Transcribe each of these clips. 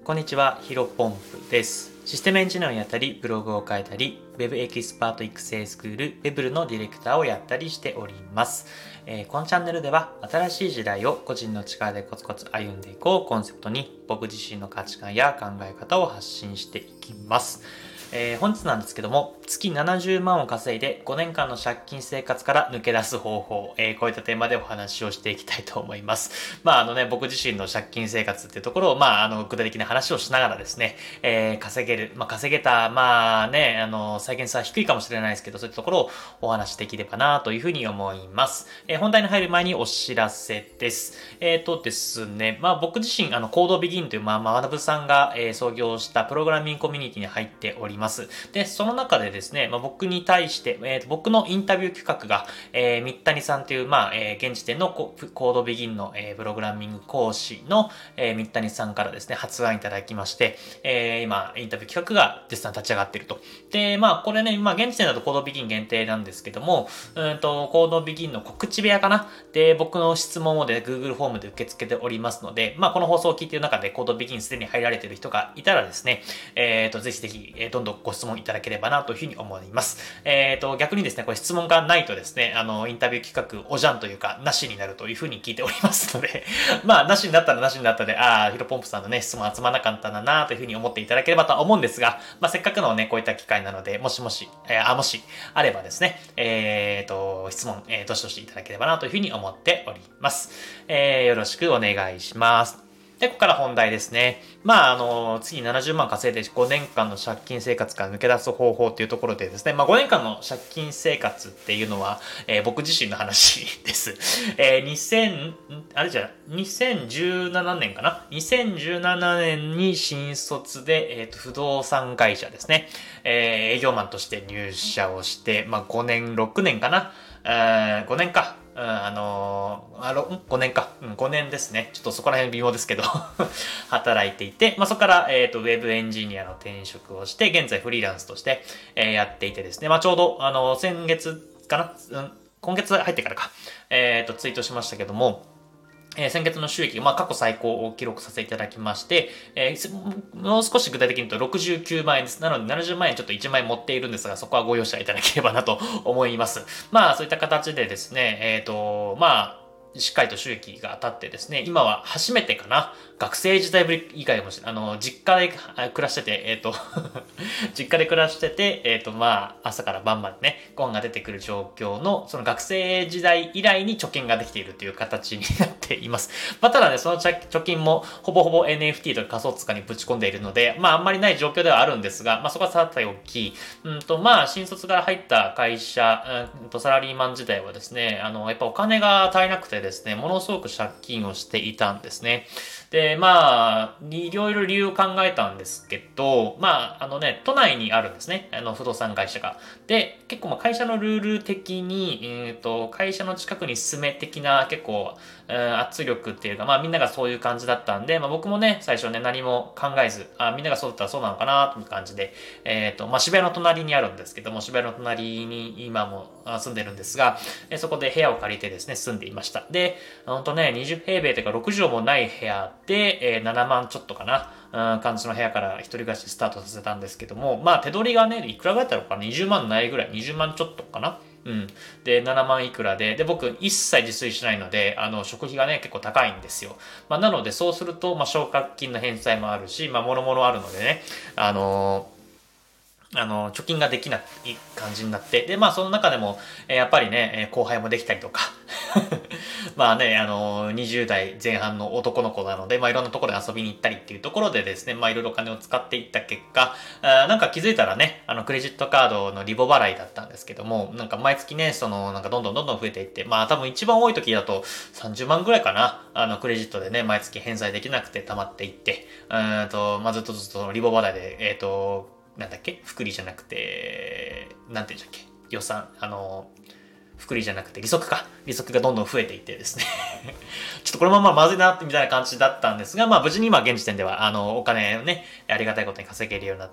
こんにちは、ヒロポンプです。システムエンジニアをやったり、ブログを書いたり、Web エキスパート育成スクール、Webl のディレクターをやったりしております。このチャンネルでは、新しい時代を個人の力でコツコツ歩んでいこうコンセプトに、僕自身の価値観や考え方を発信していきます。本日なんですけども、月70万を稼いで5年間の借金生活から抜け出す方法、こういったテーマでお話をしていきたいと思います。僕自身の借金生活っていうところを、具体的な話をしながらですね、稼げる、稼げた、再現性は低いかもしれないですけど、そういったところをお話しできればなというふうに思います。本題に入る前にお知らせです。ですね、僕自身、コードビギンという、学さんが、創業したプログラミングコミュニティに入っております。で、その中でですね、僕に対して、僕のインタビュー企画が、三谷さんという、現時点のコードビギンの、プログラミング講師の、三谷さんからですね、発案いただきまして、今、インタビュー企画が絶賛立ち上がっていると。で、これね、現時点だとコードビギン限定なんですけども、コードビギンの告知部屋かなで、僕の質問をで Google フォームで受け付けておりますので、この放送を聞いている中でコードビギンすでに入られている人がいたらですね、ぜひぜひ、どんどんご質問いただければなというふうに思います。逆にですね、これ質問がないとですね、インタビュー企画おじゃんというか、なしになるというふうに聞いておりますので、なしになったらなしになったで、ヒロポンプさんのね、質問集まらなかったんだなというふうに思っていただければとは思うんですが、せっかくのね、こういった機会なので、もしあればですね、質問、どしどしいただければなというふうに思っております。よろしくお願いします。で、ここから本題ですね。次70万稼いで5年間の借金生活から抜け出す方法っていうところでですね、5年間の借金生活っていうのは、僕自身の話です。2017年かな ?2017 年に新卒で、不動産会社ですね、営業マンとして入社をして、5年、6年かな5年か。5年か。5年ですね。ちょっとそこら辺微妙ですけど働いていて、そこから、ウェブエンジニアの転職をして、現在フリーランスとして、やっていてですね、ちょうど、先月かな、今月入ってからか、ツイートしましたけども、先月の収益が、過去最高を記録させていただきまして、もう少し具体的に言うと69万円です。なので70万円ちょっと1万円持っているんですが、そこはご容赦いただければなと思います。そういった形でですね、しっかりと収益が当たってですね、今は初めてかな、学生時代ぶり以外も実家で暮らしてて、実家で暮らしてて、朝から晩までね、ご飯が出てくる状況の、その学生時代以来に貯金ができているという形になっています。ただね、その貯金もほぼほぼ NFT とか仮想通貨にぶち込んでいるので、あんまりない状況ではあるんですが、そこはさておき、新卒から入った会社、サラリーマン時代はですね、やっぱお金が足りなくてですね、ものすごく借金をしていたんですね。で、いろいろ理由を考えたんですけど、都内にあるんですね。不動産会社が。で、結構会社のルール的に、会社の近くに住め的な結構、圧力っていうか、みんながそういう感じだったんで、僕もね、最初ね、何も考えず、みんながそうだったらそうなのかな、という感じで、渋谷の隣にあるんですけども、渋谷の隣に今も住んでるんですが、そこで部屋を借りてですね、住んでいました。で、ほんとね、20平米というか6畳もない部屋で、7万ちょっとかな、感じの部屋から一人暮らしスタートさせたんですけども、手取りがね、いくらぐらいだったのかな ?20 万ないぐらい、20万ちょっとかなで、7万いくらで、僕、一切自炊しないので、食費がね、結構高いんですよ。なので、そうすると、奨学金の返済もあるし、もろもろあるのでね、貯金ができない感じになって、で、その中でも、やっぱりね、後輩もできたりとか、20代前半の男の子なので、いろんなところで遊びに行ったりっていうところでですね、いろいろお金を使っていった結果、気づいたらね、クレジットカードのリボ払いだったんですけども、毎月ね、どんどん増えていって、多分一番多い時だと30万ぐらいかな、クレジットでね、毎月返済できなくて溜まっていって、ずっとリボ払いで、福利じゃなくて、なんて言うんだっけ予算、 複利じゃなくて利息がどんどん増えていってですねちょっとこのまままずいなみたいな感じだったんですが、まあ無事に今現時点ではお金をね、ありがたいことに稼げるようになって、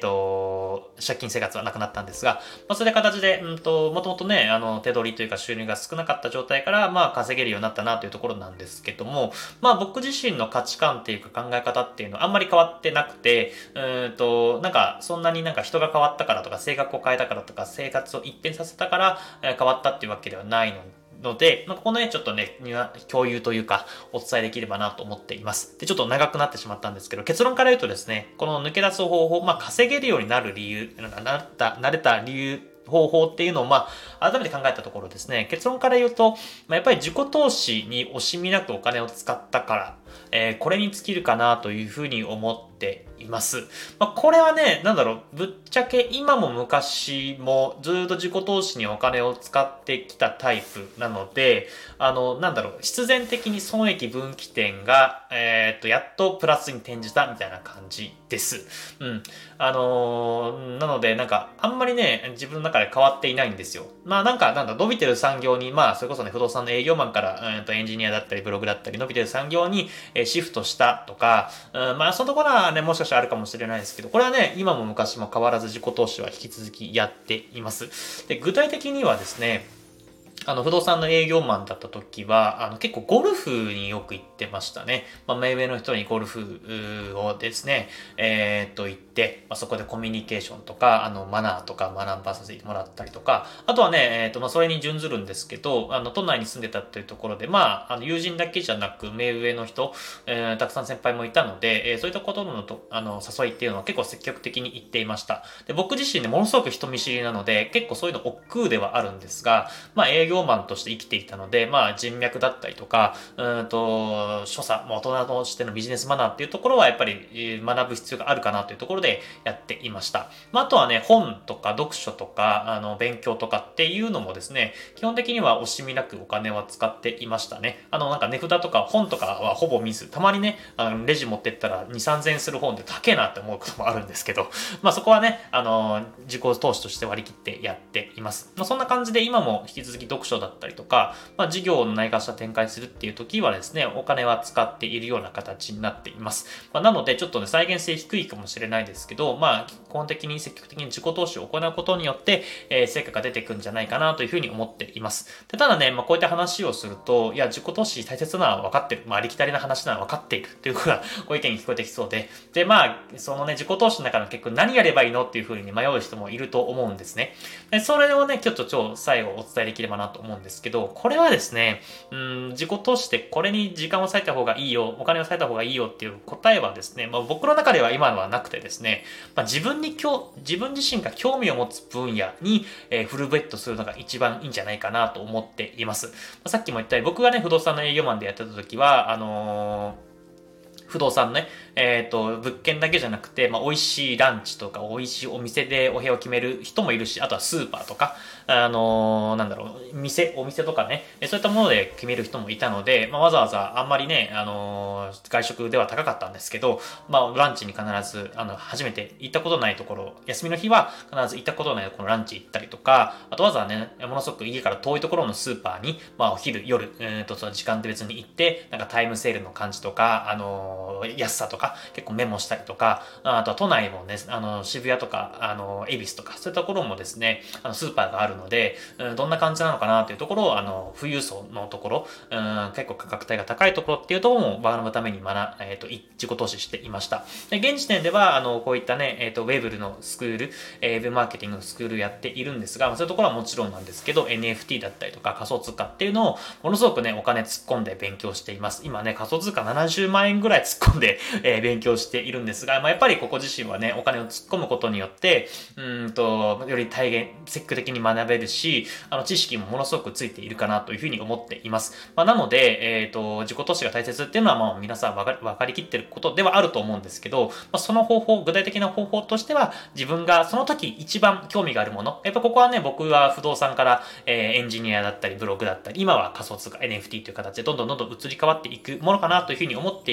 借金生活はなくなったんですが、まあそういう形で、もともとね、手取りというか収入が少なかった状態から、まあ稼げるようになったなというところなんですけども、まあ僕自身の価値観っていうか考え方っていうのはあんまり変わってなくて、なんかそんなになんか人が変わったからとか、性格を変えたからとか、生活を一変させたから、変わったっていうわけではないので、まあ、ここね、ちょっとね、共有というか、お伝えできればなと思っています。で、ちょっと長くなってしまったんですけど、結論から言うとですね、この抜け出す方法、まあ、稼げるようになる理由、なれた理由、方法っていうのを、まあ、改めて考えたところですね、結論から言うと、まあ、やっぱり自己投資に惜しみなくお金を使ったから、これに尽きるかなというふうに思っています。まあ、これはね、ぶっちゃけ今も昔もずっと自己投資にお金を使ってきたタイプなので、必然的に損益分岐点が、やっとプラスに転じたみたいな感じです。うん。なので、あんまりね、自分の中で変わっていないんですよ。まあ伸びてる産業に、まあ、それこそね、不動産の営業マンから、エンジニアだったり、ブログだったり、伸びてる産業に、シフトしたとか、まあ、そのところはね、もしかしたらあるかもしれないですけど、これはね、今も昔も変わらず自己投資は引き続きやっています。で、具体的にはですね、不動産の営業マンだった時は、結構ゴルフによく行ってましたね。まあ、目上の人にゴルフをですね、行って、まあ、そこでコミュニケーションとか、マナーとか学ばさせてもらったりとか、あとはね、まあ、それに準ずるんですけど、都内に住んでたというところで、まあ、友人だけじゃなく、目上の人、たくさん先輩もいたので、そういったことの誘いっていうのは結構積極的に行っていました。で、僕自身ね、ものすごく人見知りなので、結構そういうの億劫ではあるんですが、まあ、営業マンとして生きていたので、まあ、人脈だったりとか、所作、大人としてのビジネスマナーっていうところはやっぱり学ぶ必要があるかなというところでやっていました。まあ、あとはね、本とか読書とか、勉強とかっていうのもですね、基本的には惜しみなくお金は使っていましたね。値札とか本とかはほぼ見ず、たまにね、レジ持ってったら2、3000円する本で高えなって思うこともあるんですけど、まあ、そこはね、自己投資として割り切ってやっています。まあ、そんな感じで今も引き続き読書だったりとか、まあ、事業をないがしら展開するっていう時はですね、お金は使っているような形になっています。まあ、なので、ちょっとね、再現性低いかもしれないですけど、まあ、基本的に積極的に自己投資を行うことによって、成果が出てくるんじゃないかなというふうに思っています。でただね、まあ、こういった話をすると、いや、自己投資大切なのは分かってる。まあ、ありきたりな話なのは分かっているというふうなご意見に聞こえてきそうで、で、まあ、そのね、自己投資の中の結構何やればいいのっていうふうに迷う人もいると思うんですね。でそれをね、ちょっと最後お伝えできればなと思うんですけど、これはですね、自己投資でこれに時間を割いた方がいいよ、お金を割いた方がいいよっていう答えはですね、まあ、僕の中では今のはなくてですね、まあ、自分自身が興味を持つ分野に、フルベットするのが一番いいんじゃないかなと思っています。まあ、さっきも言ったように僕がね、不動産の営業マンでやってた時は、不動産ね、物件だけじゃなくて、まあ、美味しいランチとか、美味しいお店でお部屋を決める人もいるし、あとはスーパーとか、お店とかね、そういったもので決める人もいたので、まあ、わざわざあんまりね、外食では高かったんですけど、まあ、ランチに必ず、初めて行ったことないところ、休みの日は必ず行ったことないところランチ行ったりとか、あとわざわざね、ものすごく家から遠いところのスーパーに、まあ、お昼、夜、その時間って別に行って、なんかタイムセールの感じとか、安さとか結構メモしたりとか、あとは都内もね、渋谷とか、恵比寿とか、そういったところもですね、スーパーがあるので、どんな感じなのかなっていうところを、富裕層のところ、結構価格帯が高いところっていうところも学ぶために自己投資していました。で、現時点では、こういったね、ウェブのスクール、ウェブマーケティングのスクールやっているんですが、そういうところはもちろんなんですけど、NFT だったりとか仮想通貨っていうのを、ものすごくね、お金突っ込んで勉強しています。今ね、仮想通貨70万円ぐらい突っ込んで、勉強しているんですが、まあ、やっぱりここ自身はね、お金を突っ込むことによって、より積極的に学べるし、知識もものすごくついているかなというふうに思っています。まあ、なので、自己投資が大切っていうのは、まあ、皆さん分かりきってることではあると思うんですけど、まあ、その具体的な方法としては、自分がその時一番興味があるもの、やっぱここはね、僕は不動産から、エンジニアだったり、ブログだったり、今は仮想通貨 NFT という形でどんどん移り変わっていくものかなというふうに思っているので、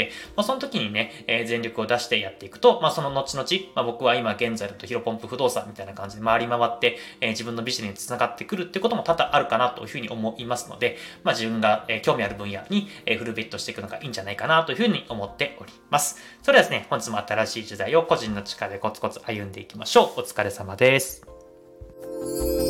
で、その時にね、全力を出してやっていくと、その後々、僕は今現在だとヒロポンプ不動産みたいな感じで回り回って、自分のビジネスにつながってくるってことも多々あるかなというふうに思いますので、自分が興味ある分野にフルベットしていくのがいいんじゃないかなというふうに思っております。それではですね、本日も新しい時代を個人の力でコツコツ歩んでいきましょう。お疲れ様です。